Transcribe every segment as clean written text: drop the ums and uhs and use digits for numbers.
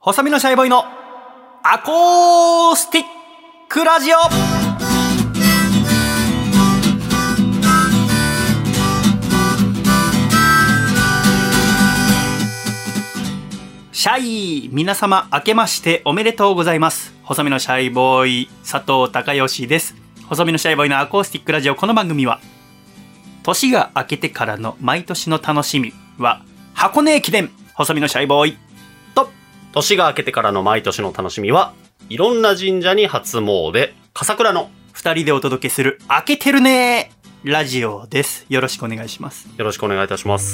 細身のシャイボーイのアコースティックラジオ。シャイ皆様明けましておめでとうございます。細身のシャイボーイ佐藤孝義です。細身のシャイボーイのアコースティックラジオ。この番組は年が明けてからの毎年の楽しみは箱根駅伝。細身のシャイボーイと年が明けてからの毎年の楽しみはいろんな神社に初詣、笠倉の 2人でお届けする明けてるねラジオです。よろしくお願いします。 よろしくお願いいたします。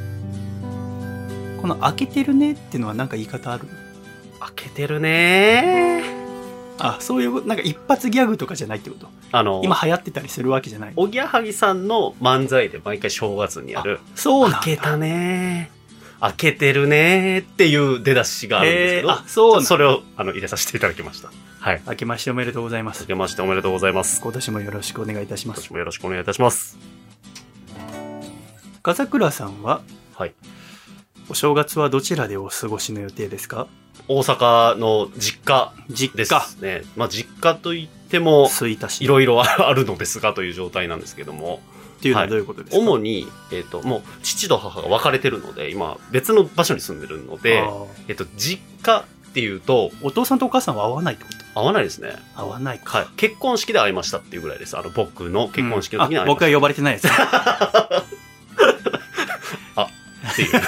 この明けてるねっていうのは何か言い方ある？ 明けてるね。 あ、そういうなんか一発ギャグとかじゃないってこと？今流行ってたりするわけじゃない？ おぎやはぎさんの漫才で毎回正月にやるそうなんだ。 明けたね明けてるねっていう出だしがあるんですけど、 あ、そうなんだ。 それを入れさせていただきました。はい。 明けましておめでとうございます。 明けましておめでとうございます。 今年もよろしくお願いいたします。 今年もよろしくお願いいたします。 笠倉さんは、 はい、 お正月はどちらでお過ごしの予定ですか？ 大阪の実家ですね。まあ実家といってもいろいろあるのですがという状態なんですけども。 っていうのはどういうことですか？ 主に、もう父と母が別れてるので今別の場所に住んでるので、実家っていうとお父さんとお母さんは会わないってこと？ 会わないですね。 会わないか、 はい、結婚式で会いましたっていうぐらいです。僕の結婚式の時に会いました、 僕は呼ばれてないですあっていう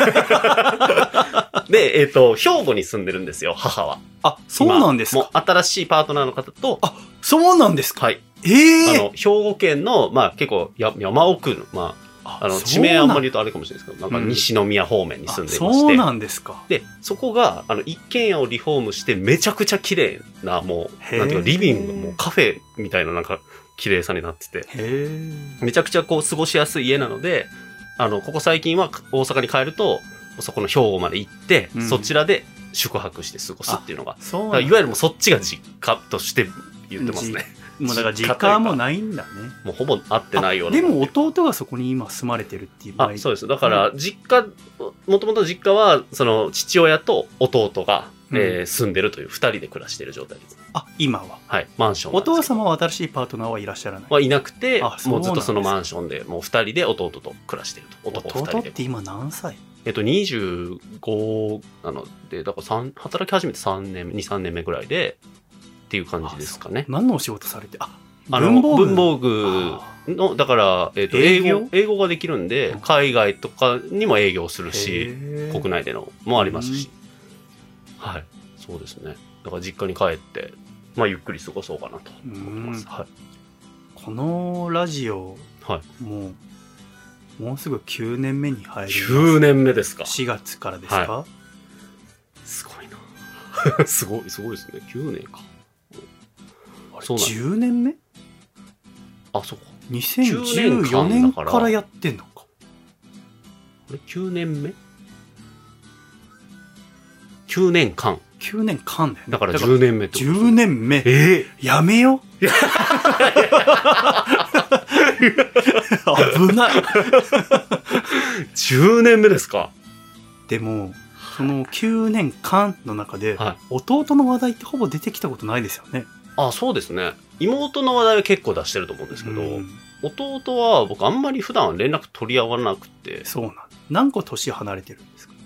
で、兵庫に住んでるんですよ、母は。 あ、そうなんですか。 もう新しいパートナーの方と。 あ、そうなんですか。 はい。兵庫県の、まあ結構山奥の、まあ、地名あんまり言うとあれかもしれないですけど、なんか西宮方面に住んでいまして。 そうなんですか。 で、そこが、一軒家をリフォームしてめちゃくちゃ綺麗な、もう、なんていうか、リビングもカフェみたいななんか、綺麗さになってて。めちゃくちゃこう、過ごしやすい家なので、ここ最近は大阪に帰ると、そこの兵庫まで行って、そちらで宿泊して過ごすっていうのが、いわゆるもうそっちが実家として言ってますね。 もうだから実家はもうないんだね。 もうほぼ会ってないような。 でも弟がそこに今住まれてるっていう場合。 そうです。だから実家、もともと実家はその父親と弟が、住んでるという2人で暮らしている状態です。 あ、今は。 はい、マンション。 お父様は新しいパートナーはいらっしゃらない？ はいなくて、もうずっとそのマンションでもう2人で弟と暮らしていると。 弟って今何歳 ？25なので、だから働き始めて2、3年目ぐらいでっていう感じですかね。 何のお仕事されて？ 文房具の、だから、英語ができるんで、海外とかにも営業するし、国内でのもありますし。はい。そうですね。だから実家に帰って、まあゆっくり過ごそうかなと思ってます。はい。 このラジオ、はい、もうすぐ9年目に入ります。 9年目ですか。 4月からですか？ はい、すごいな。すごいですね。9年か。 そうなん10年目？ あ、そうか。 2014年からやってんのか。 あれ9年目 ?9 年間。 9年間だよね。 だから10年目ってこと。 10年目。やめよ。危ない。 10年目ですか。 でも、その9年間の中で、弟の話題ってほぼ出てきたことないですよね。 あ、そうですね。妹の話題は結構出してると思うんですけど、弟は僕あんまり普段連絡取り合わなくて。 そうなんだ。何個年離れてるんですか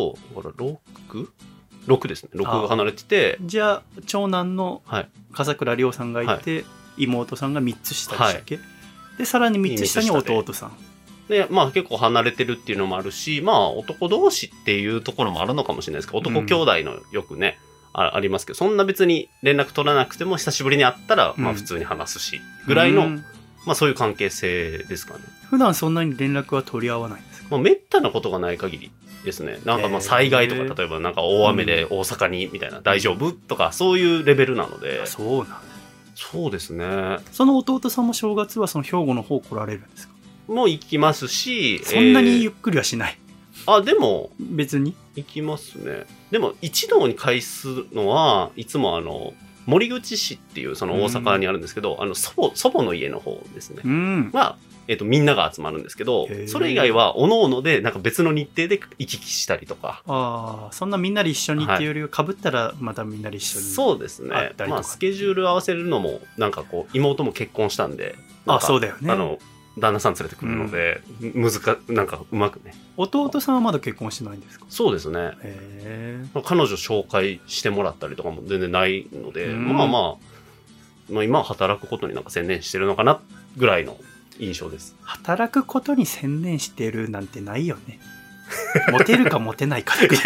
？6ですね。6が離れてて。 じゃあ、長男の笠倉涼さんがいて、妹さんが3つ下でしたっけ？で、さらに3つ下に弟さん。 で、まあ結構離れてるっていうのもあるし、まあ男同士っていうところもあるのかもしれないですけど、男兄弟のよくね、ありますけど、そんな別に連絡取らなくても久しぶりに会ったら、まあ普通に話すし、ぐらいの、まあそういう関係性ですかね。 普段そんなに連絡は取り合わないんですか？ まあめったなことがない限りですね。なんかまあ災害とか、例えばなんか大雨で大阪にみたいな、大丈夫とかそういうレベルなので。 そうなんだ。 そうですね。 その弟さんも正月はその兵庫の方来られるんですか？ もう行きますし。 そんなにゆっくりはしない。 でも。 別に行きますね。でも一堂に会すのはいつも森口市っていうその大阪にあるんですけど、祖母の家の方ですね。はみんなが集まるんですけど、それ以外は、各々で、なんか別の日程で行き来したりとか。 ああ、そんなみんなで一緒にっていうよりは、被ったらまたみんなで一緒に。 そうですね。まあ、スケジュール合わせるのも、なんかこう、妹も結婚したんで。 あ、そうだよね。 旦那さん連れてくるので、なんかうまくね。 弟さんはまだ結婚してないんですか？ そうですね。彼女紹介してもらったりとかも全然ないので、まあ、今は働くことになんか専念してるのかな、ぐらいの印象です。 働くことに専念してるなんてないよね。モテるかモテないかって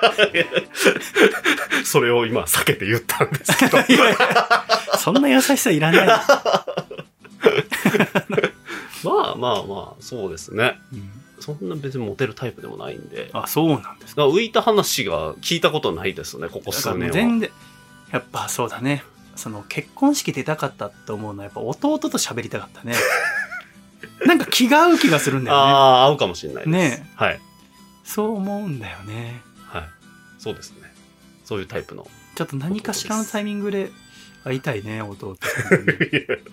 それを今避けて言ったんですけどそんな優しさいらないまあそうですね、そんな別にモテるタイプでもないんで。 あ、そうなんですか。 浮いた話が聞いたことないですね、ここ数年は。 全然やっぱそうだね、その結婚式出たかったと思うのはやっぱ弟と喋りたかったねなんか気が合う気がするんだよね。 ああ、合うかもしれないですね。 はい、 そう思うんだよね。 はい、そうですね。そういうタイプのちょっと何かしらのタイミングで会いたいね、弟さんにそう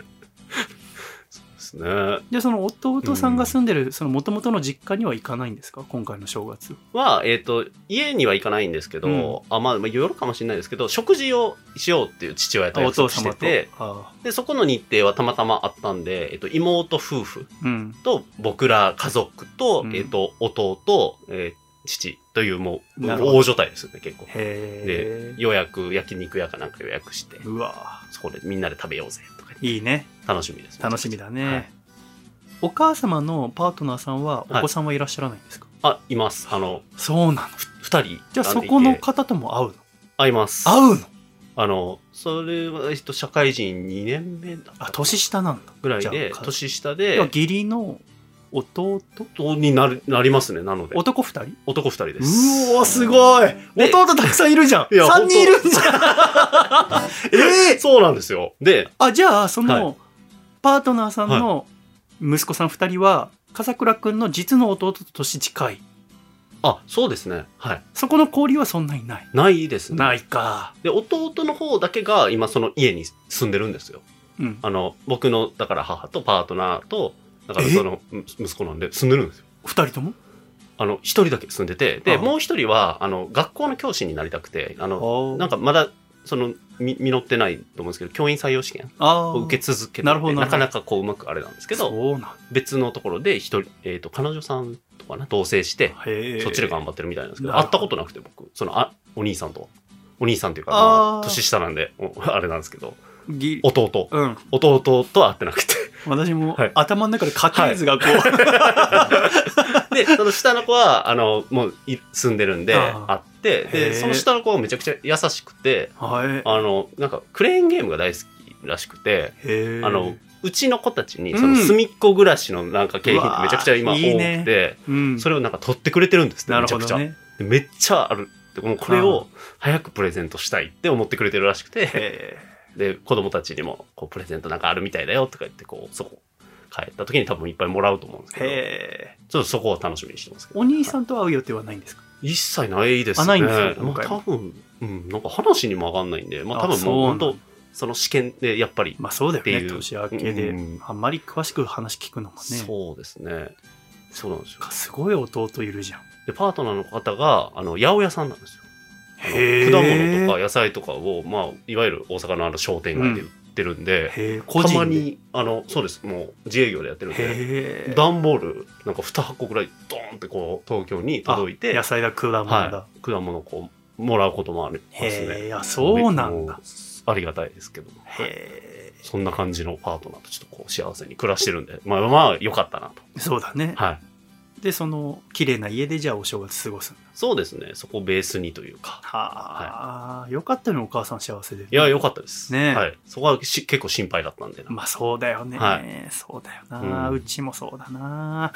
ですね。じゃあその弟さんが住んでるその元々の実家には行かないんですか、今回の正月は。家には行かないんですけど、まあ夜かもしれないですけど、食事をしようっていう父親と約束してて、でそこの日程はたまたまあったんで、妹夫婦と僕ら家族と、弟、父というもう大所帯ですよね、結構。で焼肉屋かなんか予約して、 うわ、 そこでみんなで食べようぜとか。 いいね。 楽しみです。 楽しみだね、はい。お母様のパートナーさんはお子さんはいらっしゃらないんですか？ あ、います。 そうなの。 2人。 じゃあそこの方とも会うの？ 会います。 会うの？ それは社会人2年目だった。 あ、年下なんだ。 ぐらいで、年下で。 義理の弟になりますね。なので。 男2人？ 男2人です。 うお、すごい。弟たくさんいるじゃん。3人いるんじゃん。 そうなんですよ。で、 じゃあその、パートナーさんの息子さん2人は、笠倉くんの実の弟と年近い。 あ、そうですね。はい。 そこの交流はそんなにない？ないですね。 ないか。 で、弟の方だけが今その家に住んでるんですよ。僕の、だから母とパートナーと、だからその息子なんで住んでるんですよ。 2人とも？ 1人だけ住んでて、で、もう1人は、学校の教師になりたくて、なんかまだ、実ってないと思うんですけど、教員採用試験を受け続けて、なかなかこううまくあれなんですけど、別のところで一人、彼女さんとかね、同棲して、そっちで頑張ってるみたいなんですけど、会ったことなくて僕、お兄さんというか、年下なんで、あれなんですけど、弟と会ってなくて。 私も頭の中で家系図がこう。 で、その下の子は、もう住んでるんで、会って、で、その下の子はめちゃくちゃ優しくて、なんかクレーンゲームが大好きらしくて、うちの子たちに、その隅っこ暮らしのなんか景品ってめちゃくちゃ今多くて、それをなんか取ってくれてるんですね、めちゃくちゃ。めっちゃある。もうこれを早くプレゼントしたいって思ってくれてるらしくて、で、子供たちにも、こう、プレゼントなんかあるみたいだよとか言って、こう、そこ、帰った時に多分いっぱいもらうと思うんですけど、ちょっとそこを楽しみにしてますけど。 お兄さんと会う予定はないんですか？ 一切ないですね。 ないんですよ。 多分、なんか話にも上がんないんで、多分もう本当、その試験でやっぱり。 そうだよね。年明けで、あんまり詳しく話聞くのもね。 そうですね。そうなんですよ。 すごい弟いるじゃん。 で、パートナーの方が、八百屋さんなんですよ。果物とか野菜とかを、いわゆる大阪の商店街で売ってるんで、たまに、そうです、もう自営業でやってるんで、段ボール、なんか2箱ぐらいドーンってこう、東京に届いて、 野菜だ、果物だ。 果物をこう、もらうこともありますね。 そうなんだ。 ありがたいですけど。そんな感じのパートナーとちょっとこう、幸せに暮らしてるんで、良かったなと。 そうだね。 はい。 で、その綺麗な家でじゃあお正月過ごすんだ。 そうですね。そこをベースにというか。 よかったね、お母さん幸せで。 いや、よかったです。 ね。 はい。そこは結構心配だったんで。 そうだよね。そうだよな。うちもそうだな。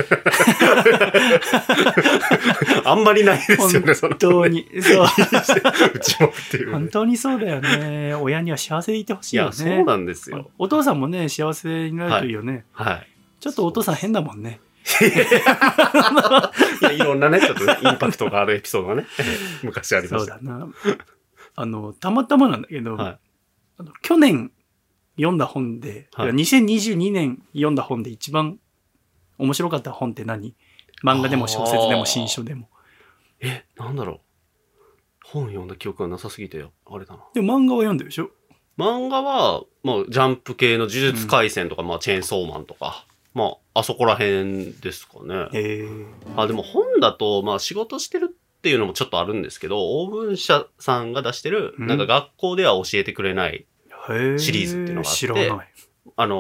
あんまりないですよね、 本当に。そう。 うちもっていう。 本当にそうだよね。親には幸せでいてほしいよね。いや、 そうなんですよ。 お父さんもね、幸せになるといいよね。 はい。 ちょっとお父さん変だもんね。 いや、いろんなね、ちょっとインパクトがあるエピソードがね、昔ありました。 そうだな。たまたまなんだけど、去年読んだ本で、2022年読んだ本で一番面白かった本って何？漫画でも小説でも新書でも。 なんだろう。本読んだ記憶がなさすぎてよ。あれだな。 でも漫画は読んでるでしょ？ 漫画は、まあ、ジャンプ系の呪術廻戦とか、まあ、チェーンソーマンとか、まあ、あそこら辺ですかね。でも本だと、まあ、仕事してるっていうのもちょっとあるんですけど、オーブン社さんが出してる、なんか学校では教えてくれないシリーズっていうのがあって、 知らない。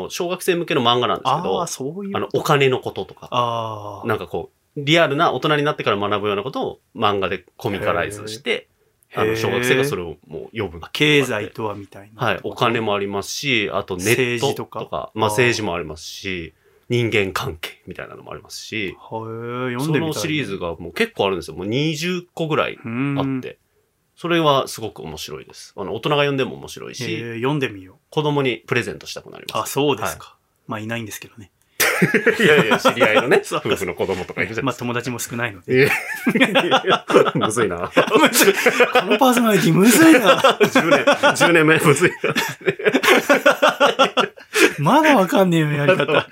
小学生向けの漫画なんですけど、 そういうお金のこととか、なんかこう、リアルな大人になってから学ぶようなことを漫画でコミカライズして、小学生がそれをもう読む。 経済とはみたいな。 はい。お金もありますし、あとネットとか、まあ政治もありますし、人間関係みたいなのもありますし、 読んでみたい。 そのシリーズがもう結構あるんですよ。もう20個ぐらいあって。それはすごく面白いです。大人が読んでも面白いし、 読んでみよう。 子供にプレゼントしたくなります。 そうですか。まあいないんですけどね。 いやいや、知り合いのね、夫婦の子供とかいるじゃないですか。 まあ友達も少ないので。 むずいな。このパーソナリティむずいな。 10年目むずいな。 まだわかんねえよ、やり方。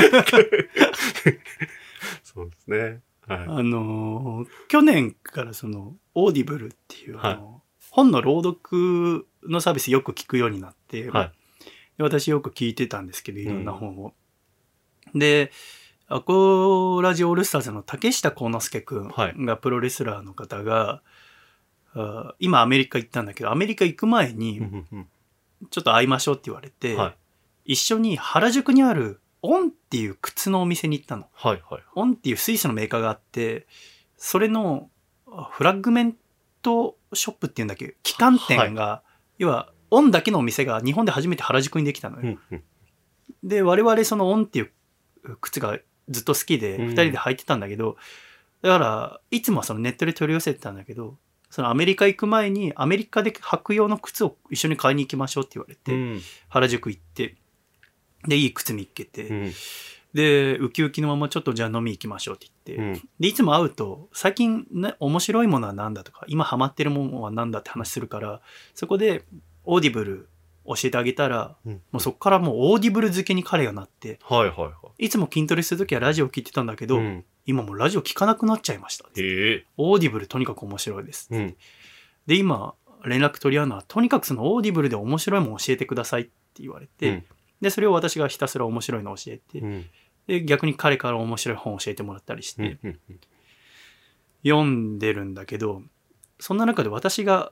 そうですね。 去年からオーディブルっていう、本の朗読のサービスよく聞くようになって、私よく聞いてたんですけど、いろんな本を。で、アコラジオールスターズの竹下幸之助くんがプロレスラーの方が、今アメリカ行ったんだけど、アメリカ行く前に、ちょっと会いましょうって言われて、一緒に原宿にあるオンっていう靴のお店に行ったの。オンっていうスイスのメーカーがあって、それのフラッグメントショップっていうんだっけ、旗艦店が、要はオンだけのお店が日本で初めて原宿にできたのよ。で、我々そのオンっていう靴がずっと好きで、二人で履いてたんだけど、だから、いつもはそのネットで取り寄せてたんだけど、そのアメリカ行く前に、アメリカで履く用の靴を一緒に買いに行きましょうって言われて、原宿行って、で、いい靴見っけて、で、ウキウキのままちょっとじゃあ飲み行きましょうって言って、で、いつも会うと、最近、ね、面白いものは何だとか、今ハマってるものは何だって話するから、そこで、オーディブル、教えてあげたら、もうそこからもうオーディブル付けに彼がなって、いつも筋トレするときはラジオ聞いてたんだけど、今もうラジオ聞かなくなっちゃいました。オーディブルとにかく面白いです。で、今、連絡取り合うのは、とにかくそのオーディブルで面白いもの教えてくださいって言われて、で、それを私がひたすら面白いのを教えて、で、逆に彼から面白い本を教えてもらったりして、読んでるんだけど、そんな中で私が、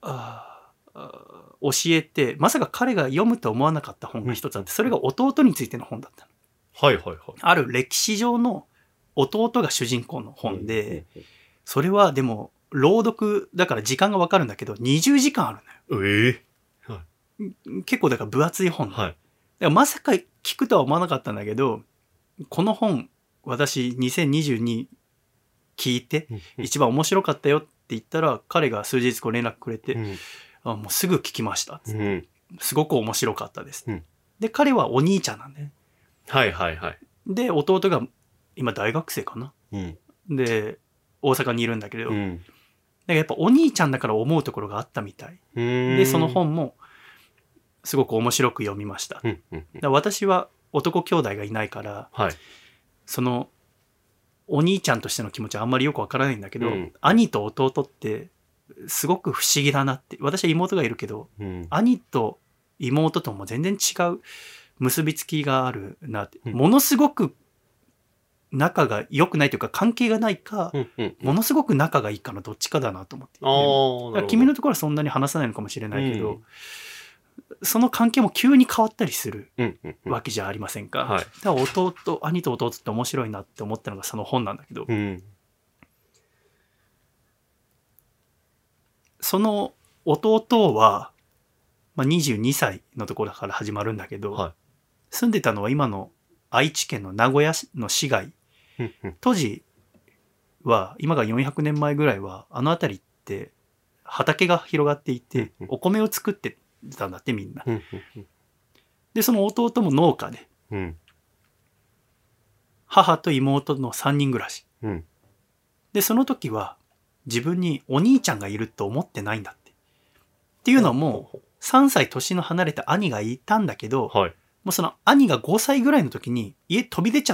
教えて、まさか彼が読むと思わなかった本が一つあって、それが弟についての本だったの。ある歴史上の弟が主人公の本で、それはでも、朗読だから時間がわかるんだけど、20時間あるのよ。結構だから分厚い本。だからまさか聞くとは思わなかったんだけど、この本、私2022聞いて、一番面白かったよって言ったら、彼が数日後連絡くれて、もうすぐ聞きました。すごく面白かったです。で、彼はお兄ちゃんなんだよね。で、弟が今大学生かな。で、大阪にいるんだけれど、だからやっぱお兄ちゃんだから思うところがあったみたい。で、その本もすごく面白く読みました。だから私は男兄弟がいないから、そのお兄ちゃんとしての気持ちはあんまりよくわからないんだけど、兄と弟ってすごく不思議だなって。私は妹がいるけど、兄と妹とも全然違う結びつきがあるなって。ものすごく仲が良くないというか関係がないか、ものすごく仲がいいかのどっちかだなと思って、ね。君のところはそんなに話さないのかもしれないけど、その関係も急に変わったりするわけじゃありませんか。だから兄と弟って面白いなって思ったのがその本なんだけど、その弟は、22歳のところから始まるんだけど、住んでたのは今の愛知県の名古屋市の市街。当時は、今が400年前ぐらいは、あの辺りって畑が広がっていて、お米を作ってたんだってみんな。で、その弟も農家で、母と妹の3人暮らし。で、その時は自分にお兄ちゃんがいると思ってないんだって。っていうのも、3歳年の離れた兄がいたんだけど、もうその兄が5歳ぐらいの時に家飛び出ちゃったんだって。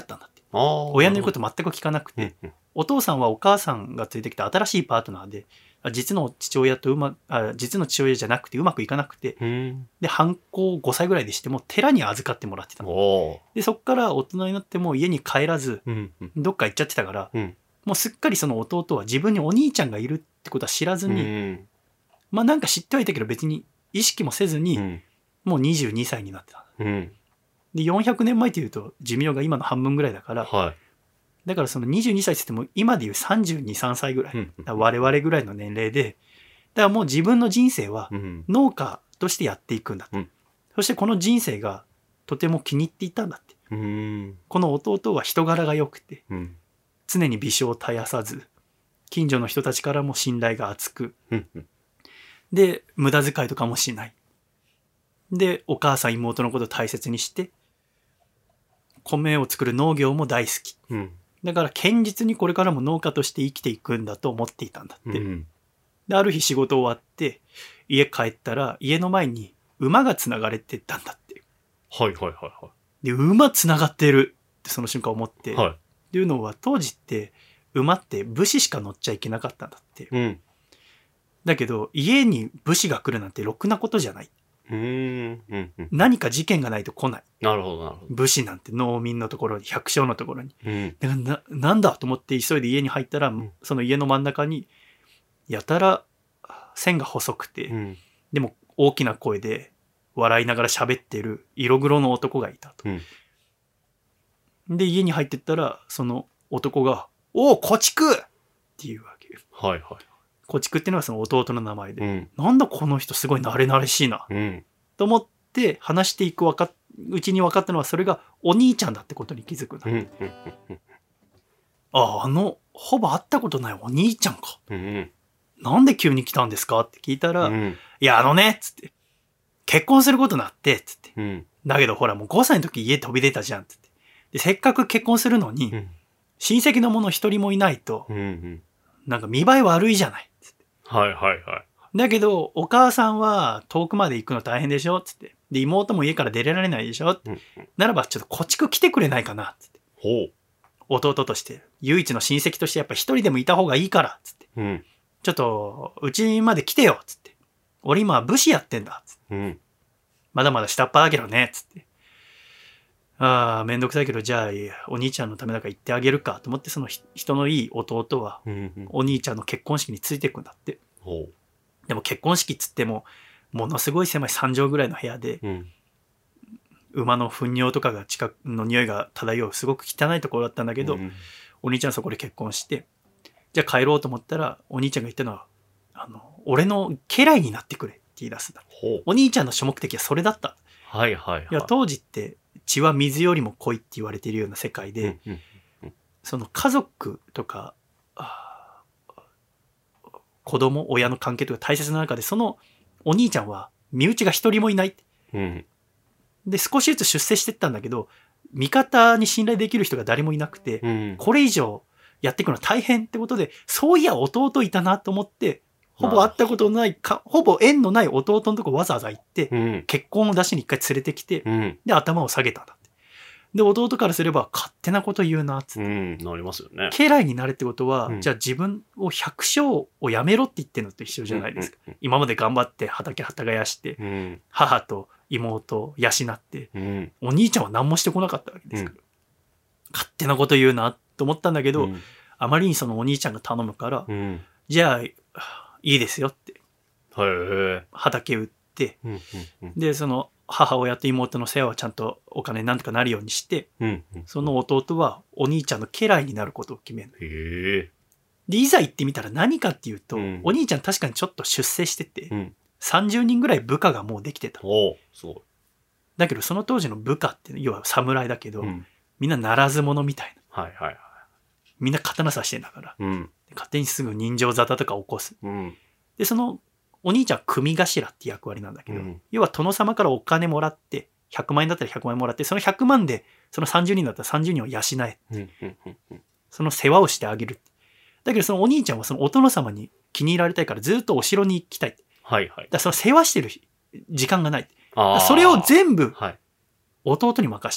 親の言うこと全く聞かなくて、お父さんはお母さんが連れてきた新しいパートナーで、実の父親じゃなくてうまくいかなくて、で、反抗5歳ぐらいでしても寺に預かってもらってたの。で、そっから大人になっても家に帰らず、どっか行っちゃってたから、もうすっかりその弟は自分にお兄ちゃんがいるってことは知らずに、まあなんか知ってはいたけど別に意識もせずに、もう22歳になってた。で、400年前というと寿命が今の半分ぐらいだから、だからその22歳って言っても今でいう32、3歳ぐらい。我々ぐらいの年齢で、だからもう自分の人生は農家としてやっていくんだって。そしてこの人生がとても気に入っていたんだって。この弟は人柄が良くて、常に微笑を絶やさず、近所の人たちからも信頼が厚く、で、無駄遣いとかもしない。で、お母さん妹のことを大切にして、米を作る農業も大好き。だから堅実にこれからも農家として生きていくんだと思っていたんだって。で、ある日仕事終わって、家帰ったら家の前に馬がつながれてたんだって。で、馬つながってるってその瞬間思って。っていうのは当時って馬って武士しか乗っちゃいけなかったんだって。だけど家に武士が来るなんてろくなことじゃない。何か事件がないと来ない。 なるほどなるほど。 武士なんて農民のところに、百姓のところに。だからなんだと思って急いで家に入ったら、その家の真ん中にやたら線が細くて、でも大きな声で笑いながら喋ってる色黒の男がいたと。で家に入ってったらその男が「おうこちく!」っていうわけ。こちくっていうのはその弟の名前で、なんだこの人すごい慣れ慣れしいな、と思って話していくうちに分かったのはそれがお兄ちゃんだってことに気づくんだって。ほぼ会ったことないお兄ちゃんか。なんで急に来たんですかって聞いたら、いやっつって、結婚することになってつって、だけどほらもう5歳の時家飛び出たじゃんつって、でせっかく結婚するのに、親戚の者一人もいないと、なんか見栄え悪いじゃない。だけどお母さんは遠くまで行くの大変でしょつって、で妹も家から出られないでしょ、ならばちょっとこっち来てくれないかなつって、弟として唯一の親戚としてやっぱ一人でもいた方がいいからつって、ちょっとうちまで来てよつって、俺今武士やってんだつって、まだまだ下っ端だけどねつって、めんどくさいけどじゃあお兄ちゃんのためだから行ってあげるかと思って、その人のいい弟はお兄ちゃんの結婚式についていくんだって。でも結婚式っつってもものすごい狭い3畳ぐらいの部屋で、馬の糞尿とかが近くの匂いが漂うすごく汚いところだったんだけど、お兄ちゃんそこで結婚して、じゃあ帰ろうと思ったらお兄ちゃんが言ったのは俺の家来になってくれって言い出すんだ。お兄ちゃんの主目的はそれだった。いや当時って血は水よりも濃いって言われているような世界で、その家族とか子供親の関係とか大切な中で、そのお兄ちゃんは身内が一人もいない、で少しずつ出世していったんだけど、味方に信頼できる人が誰もいなくて、これ以上やっていくのは大変ってことで、そういや弟いたなと思って、ほぼ会ったことないほぼ縁のない弟のとこわざわざ行って、結婚を出しに一回連れてきて、で頭を下げたんだって。で弟からすれば勝手なこと言うなっつって、 なりますよね。 家来になれってことは、じゃあ自分を百姓をやめろって言ってるのと一緒じゃないですか。今まで頑張って畑耕して、母と妹を養って、お兄ちゃんは何もしてこなかったわけですから、勝手なこと言うなと思ったんだけど、あまりにそのお兄ちゃんが頼むから、じゃあいいですよって畑売って、でその母親と妹の世話はちゃんとお金なんとかなるようにして、その弟はお兄ちゃんの家来になることを決める。でいざ行ってみたら何かっていうと、お兄ちゃん確かにちょっと出世してて、30人ぐらい部下がもうできてた。だけどその当時の部下って要は侍だけど、みんなならず者みたいな、みんな刀差してんだから、勝手にすぐ人情沙汰とか起こす。でそのお兄ちゃんは組頭って役割なんだけど、要は殿様からお金もらって、100万円だったら100万円もらって、その100万でその30人だったら30人を養え、その世話をしてあげる。だけどそのお兄ちゃんはそのお殿様に気に入られたいからずっとお城に行きたい。だからその世話してる時間がない。それを全部弟に任した。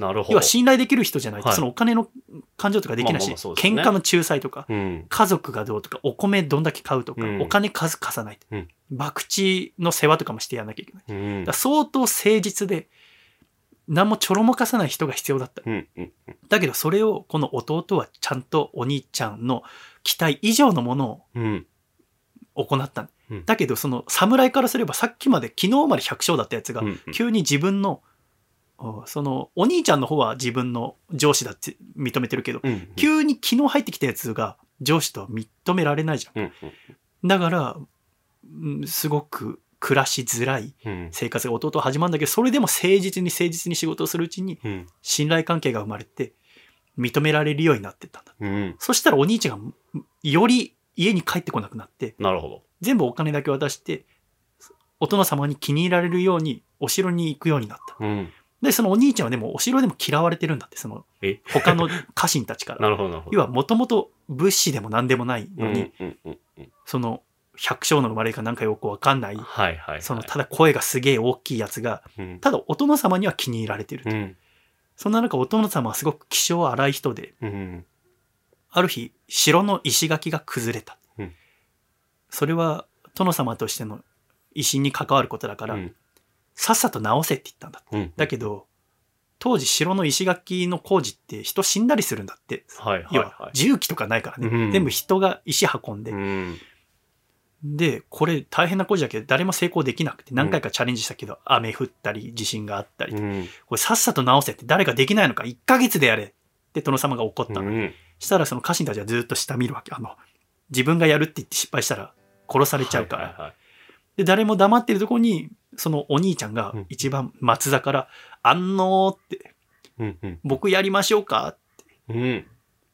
なるほど。 要は信頼できる人じゃないと、 はいそのお金の感情とかできないし、 そうですね喧嘩の仲裁とか、 うん。 家族がどうとか、お米どんだけ買うとか、 うんお金数貸さないと、 うん博打の世話とかもしてやらなきゃいけない。 うんだから相当誠実で、何もちょろまかさない人が必要だった。 うんうんだけどそれをこの弟はちゃんとお兄ちゃんの期待以上のものうんを行った。 うんだけどその侍からすればさっきまで昨日まで100勝だったやつがうん急に自分のそのお兄ちゃんの方は自分の上司だって認めてるけどうん急に昨日入ってきたやつが上司とは認められないじゃん。 うんだからすごく暮らしづらいうん生活が弟は始まるんだけどそれでも誠実に仕事をするうちにうん信頼関係が生まれて認められるようになってったんだ。 うんそしたらお兄ちゃんがより家に帰ってこなくなってなるほど。 全部お金だけ渡してお殿様に気に入られるようにお城に行くようになった。 うん。 でそのお兄ちゃんはでもお城でも嫌われてるんだって、その他の家臣たちからなるほどなるほど。 要はもともと武士でも何でもないのに、 うんうんうんその百姓の生まれかなんかよくわかんない、 はいはいはい。 そのただ声がすげえ大きいやつがうんただお殿様には気に入られてると、 うんそんな中お殿様はすごく気性荒い人でうんある日城の石垣が崩れた、 うんそれは殿様としての威信に関わることだから、 うんさっさと直せって言ったんだ。 うんだけど当時城の石垣の工事って人死んだりするんだって、 はいはい要ははい。 重機とかないからね、 うん全部人が石運んで、 うんでこれ大変な工事だけど誰も成功できなくて何回かチャレンジしたけど、雨降ったり地震があったり、 うんこれさっさと直せって誰ができないのか1ヶ月でやれって殿様が怒ったの、 うんしたらその家臣たちはずっと下見るわけ。自分がやるって言って失敗したら殺されちゃうから、 はいはいはいで誰も黙ってるところにそのお兄ちゃんが一番松座から「あんのー」ってうんうん 「僕やりましょうか?」 うん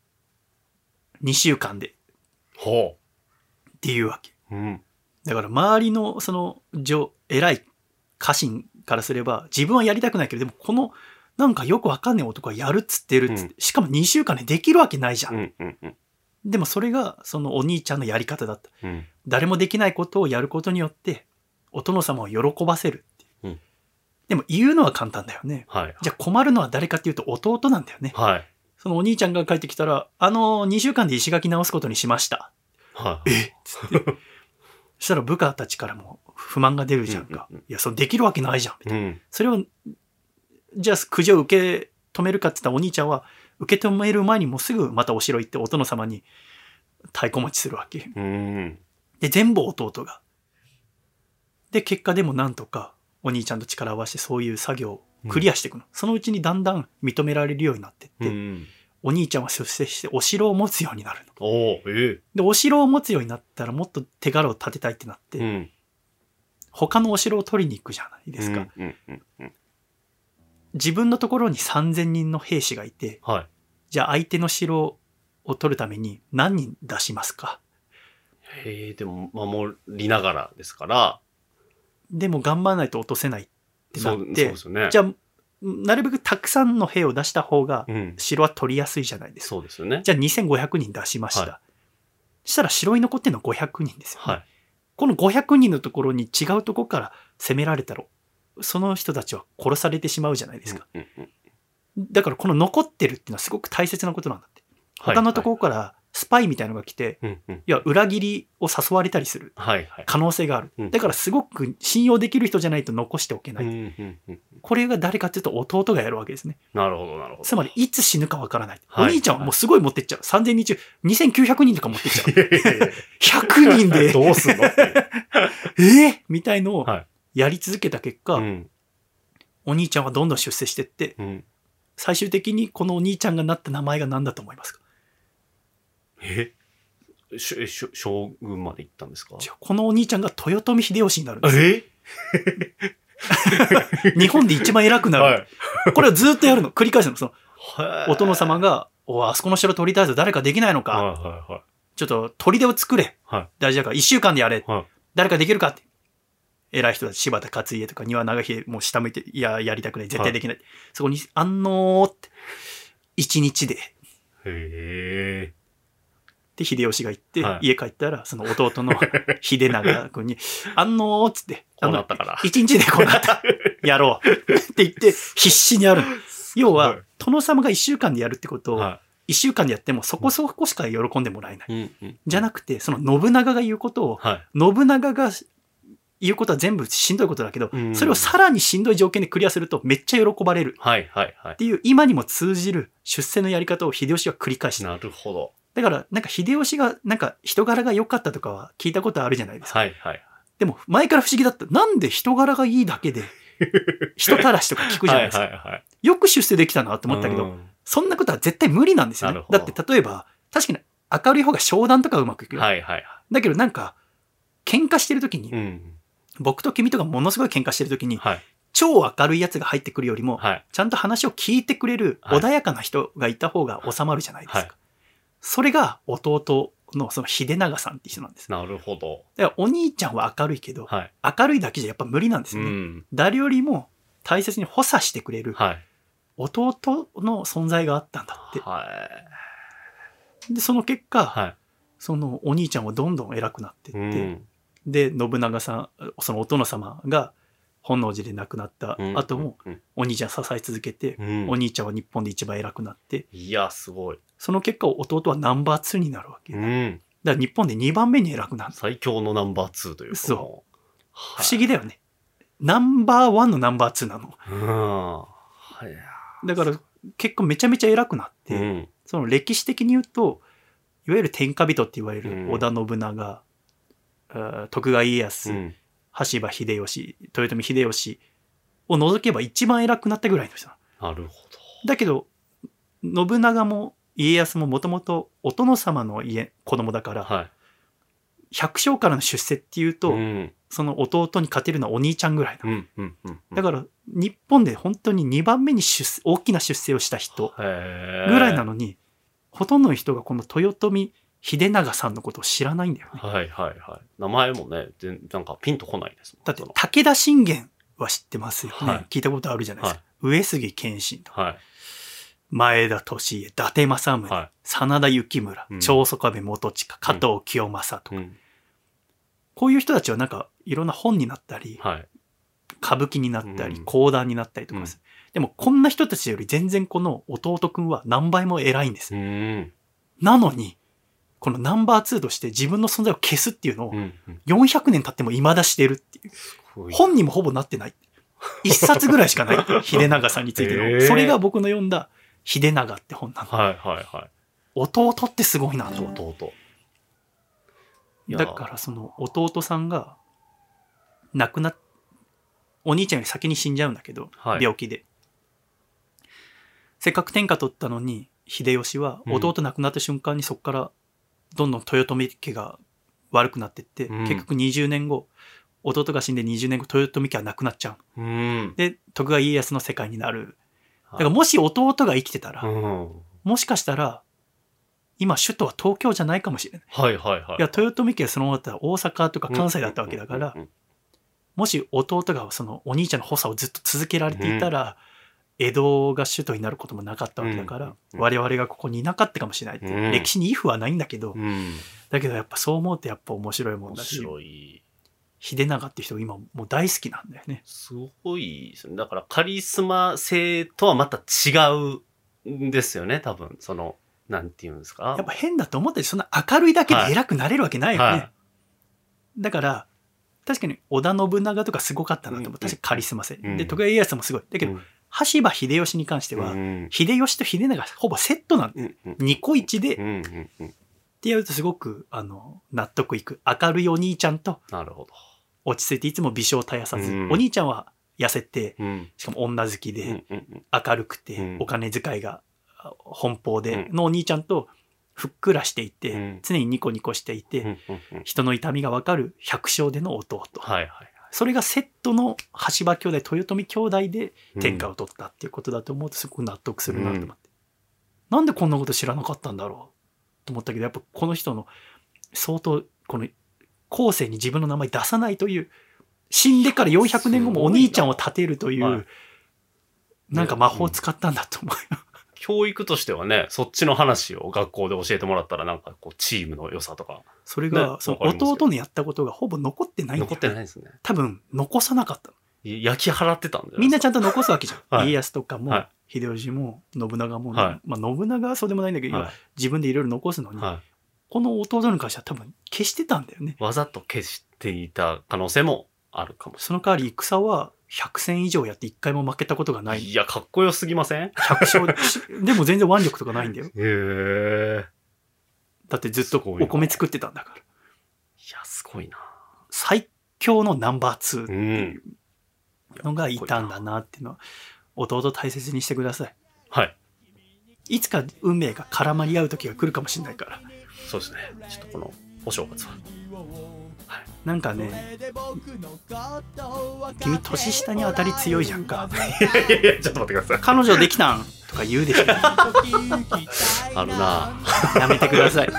2週間でほっていうわけ。 ううんだから周りのその偉い家臣からすれば自分はやりたくないけどでもこのなんかよくわかんない男はやるっつってるっつって、しかも2週間でできるわけないじゃん、 うんうんうんでもそれがそのお兄ちゃんのやり方だった。 うん誰もできないことをやることによってお殿様を喜ばせるっていう、 うんでも言うのは簡単だよね。 はいじゃあ困るのは誰かっていうと弟なんだよね。 はいそのお兄ちゃんが帰ってきたら2週間で石垣直すことにしました。 はいえっつってそしたら部下たちからも不満が出るじゃんか、 うんうんうんいやそれできるわけないじゃんみたいな、 うんそれをじゃあくじを受け止めるかって言ったらお兄ちゃんは受け止める前にもうすぐまたお城行ってお殿様に太鼓持ちするわけうんで全部弟がで結果でもなんとかお兄ちゃんと力を合わせてそういう作業をクリアしていくの、そのうちにだんだん認められるようになってって、 うんお兄ちゃんは出世してお城を持つようになるのおおえでお城を持つようになったらもっと手柄を立てたいってなって、 うん他のお城を取りに行くじゃないですか、 うんうんうん自分のところに3000人の兵士がいてはいじゃあ相手の城を取るために何人出しますか。 でも守りながらですからでも頑張らないと落とせないってなっそうてですよねじゃあなるべくたくさんの兵を出した方がうん城は取りやすいじゃないですか、 そうですよねじゃあ2500人出しました、 はいしたら城に残ってるのは500人ですよね、 はいこの500人のところに違うところから攻められたらその人たちは殺されてしまうじゃないですか、 うんうんだからこの残ってるっていうのはすごく大切なことなんだって。他のところからスパイみたいなのが来て、 うんうんいや裏切りを誘われたりするはいはい可能性がある、 うんだからすごく信用できる人じゃないと残しておけない、 うんうんうんこれが誰かっていうと弟がやるわけですね。 なるほどなるほどつまりいつ死ぬかわからない、 はいお兄ちゃんはもうすごい持ってっちゃう。3000人中2900人とか持ってっちゃう100人でどうすんのみたいのをはいやり続けた結果、 うんお兄ちゃんはどんどん出世してってうん最終的にこのお兄ちゃんがなった名前が何だと思いますか。 将軍まで行ったんですか。 じゃあこのお兄ちゃんが豊臣秀吉になるんですえ日本で一番偉くなる、 はいこれをずっとやるの繰り返すの。そのはいお殿様があそこの城取りたいぞ誰かできないのか、 はいはいはいちょっと砦を作れ、 はい大事だから1週間でやれ、 はい誰かできるかって偉い人たち柴田勝家とか丹羽長秀もう下向いていややりたくない絶対できない、そこにって1日でへで秀吉が行って、 はい家帰ったらその弟の秀長君にっつってこうなったから 1日でこうなったやろうって言って必死にやるの。 要は、殿様が1週間でやるってことを、 は 1週間でやってもそこそこしか喜んでもらえない。 い。 じゃなくて、その信長が言うことを、 はい。 信長が言うことは全部しんどいことだけど、それをさらにしんどい条件でクリアするとめっちゃ喜ばれる。 はいはいはい。 っていう今にも通じる出世のやり方を秀吉は繰り返した。 なるほど。 だからなんか秀吉がなんか人柄が良かったとかは聞いたことあるじゃないですか。 はいはい。 でも前から不思議だった。なんで人柄がいいだけで人たらしとか聞くじゃないですか。 はいはいはい。 よく出世できたなって思ったけど、そんなことは絶対無理なんですよね。だって例えば確かに明るい方が商談とかうまくいくよ。 はいはい。 だけどなんか喧嘩してる時に、僕と君とかものすごい喧嘩してる時に、 はい、 超明るいやつが入ってくるよりも、 はい、 ちゃんと話を聞いてくれる穏やかな人がいた方が収まるじゃないですか。はい、それが弟のその秀長さんって人なんです。 なるほど。 だからお兄ちゃんは明るいけど、 はい、 明るいだけじゃやっぱ無理なんですよね。誰よりも大切に補佐してくれる弟の存在があったんだって。はい、で、その結果、はい、そのお兄ちゃんはどんどん偉くなっていって、で、信長さん、そのお殿様が本能寺で亡くなった後も、お兄ちゃん支え続けて、お兄ちゃんは日本で一番偉くなって、 いや、すごい。 その結果、弟はナンバー2になるわけ。だから日本で2番目に偉くなる。 最強のナンバー2というか。 そう。不思議だよね。ナンバー1のナンバー2なの。だから結構めちゃめちゃ偉くなって、その歴史的に言うと、いわゆる天下人って言われる織田信長、徳川家康、羽柴秀吉、豊臣秀吉を除けば一番偉くなったぐらいの人。 なるほど。 だけど信長も家康ももともとお殿様の子供だから、はい、百姓からの出世っていうと、その弟に勝てるのはお兄ちゃんぐらいな、だから日本で本当に2番目に大きな出世をした人ぐらいなのに、ほとんどの人がこの豊臣秀長さんのことを知らないんだよね。 はいはいはい。名前もね、なんかピンとこないですもん。 だって武田信玄は知ってますよね。はい、聞いたことあるじゃないですか。はい、上杉謙信とか、はい、前田利家、伊達政宗、はい、真田幸村、長宗我部元親、加藤清正とか、こういう人たちはなんかいろんな本になったり、はい、歌舞伎になったり、講談になったりとかする。でもこんな人たちより全然この弟くんは何倍も偉いんです。なのに、このナンバー2として自分の存在を消すっていうのを400年経っても未だしてるっていう。本にもほぼなってない。一冊ぐらいしかない。秀長さんについての。それが僕の読んだ秀長って本なの。はいはいはい。弟ってすごいなと。弟。だからその弟さんが亡くなっ、お兄ちゃんより先に死んじゃうんだけど、はい、病気で。せっかく天下取ったのに、秀吉は弟亡くなった瞬間にそこからどんどん豊臣家が悪くなっていって、結局20年後、弟が死んで20年後、豊臣家はなくなっちゃう。で、徳川家康の世界になる。だからもし弟が生きてたら、もしかしたら、今首都は東京じゃないかもしれない。はいはいはい。いや、豊臣家はそのままだったら大阪とか関西だったわけだから、もし弟がそのお兄ちゃんの補佐をずっと続けられていたら、江戸が首都になることもなかったわけだから、我々がここにいなかったかもしれないって、歴史にイフはないんだけど、だけどやっぱそう思うとやっぱ面白いもんだし、秀長っていう人が今もう大好きなんだよね。 すごいですね。だからカリスマ性とはまた違うんですよね、多分。その、なんていうんですか。 やっぱ変だと思ったり、そんな明るいだけで偉くなれるわけないよね。はい、だから、確かに織田信長とかすごかったなと思った。確かにカリスマ性。で、徳川家康もすごい。だけど、羽柴秀吉に関しては、秀吉と秀長ほぼセットなんで、ニコイチで、ってやるとすごく、納得いく。明るいお兄ちゃんと、 なるほど。 落ち着いていつも美少絶やさず、お兄ちゃんは痩せて、しかも女好きで、明るくて、お金遣いが奔放でのお兄ちゃんと、ふっくらしていて、常にニコニコしていて、人の痛みがわかる百姓での弟。それがセットの羽柴兄弟、豊臣兄弟で天下を取ったっていうことだと思うとすごく納得するなと思って。なんでこんなこと知らなかったんだろうと思ったけど、やっぱこの人の相当、この後世に自分の名前出さないという、死んでから400年後もお兄ちゃんを立てるという、なんか魔法を使ったんだと思うよ。 教育としてはね、そっちの話を学校で教えてもらったらなんかこうチームの良さとか。 それが、その弟のやったことがほぼ残ってないんだよね。 残ってないですね。 多分残さなかったの。 焼き払ってたんだよ。 みんなちゃんと残すわけじゃん。 はい、 家康とかも、はい、秀吉も、信長も、はい、まあ、信長はそうでもないんだけど、はい、自分でいろいろ残すのに、はい、この弟に関しては多分消してたんだよね。 わざと消していた可能性もあるかもしれない。 その代わり戦は100戦以上やって1回も負けたことがない。 いや、かっこよすぎません ?100 勝。でも全然腕力とかないんだよ。 へー。 だってずっとお米作ってたんだから。いや、すごいな。 最強のナンバー2っていうのがいたんだなっていうのは、弟大切にしてください。 はい。 いつか運命が絡まり合う時が来るかもしれないから。 そうですね。ちょっとこのお正月は。 はい、なんかね、君年下に当たり強いじゃんか。 いやいや、ちょっと待ってください。 彼女できたんとか言うでしょ。 あるな。 やめてください。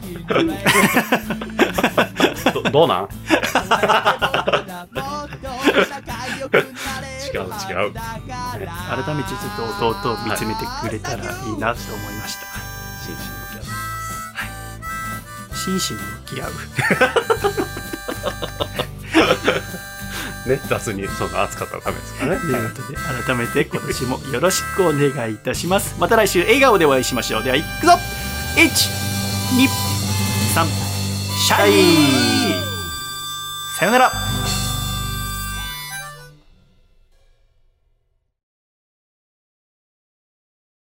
どうなん？違う。改めてちょっと弟を見つめてくれたらいいなと思いました。真摯に向き合う。 ね、雑にその熱かったらダメですからね。 ということで改めて今年もよろしくお願いいたします。また来週笑顔でお会いしましょう。では行くぞ。1、2、3、シャイ。さよなら。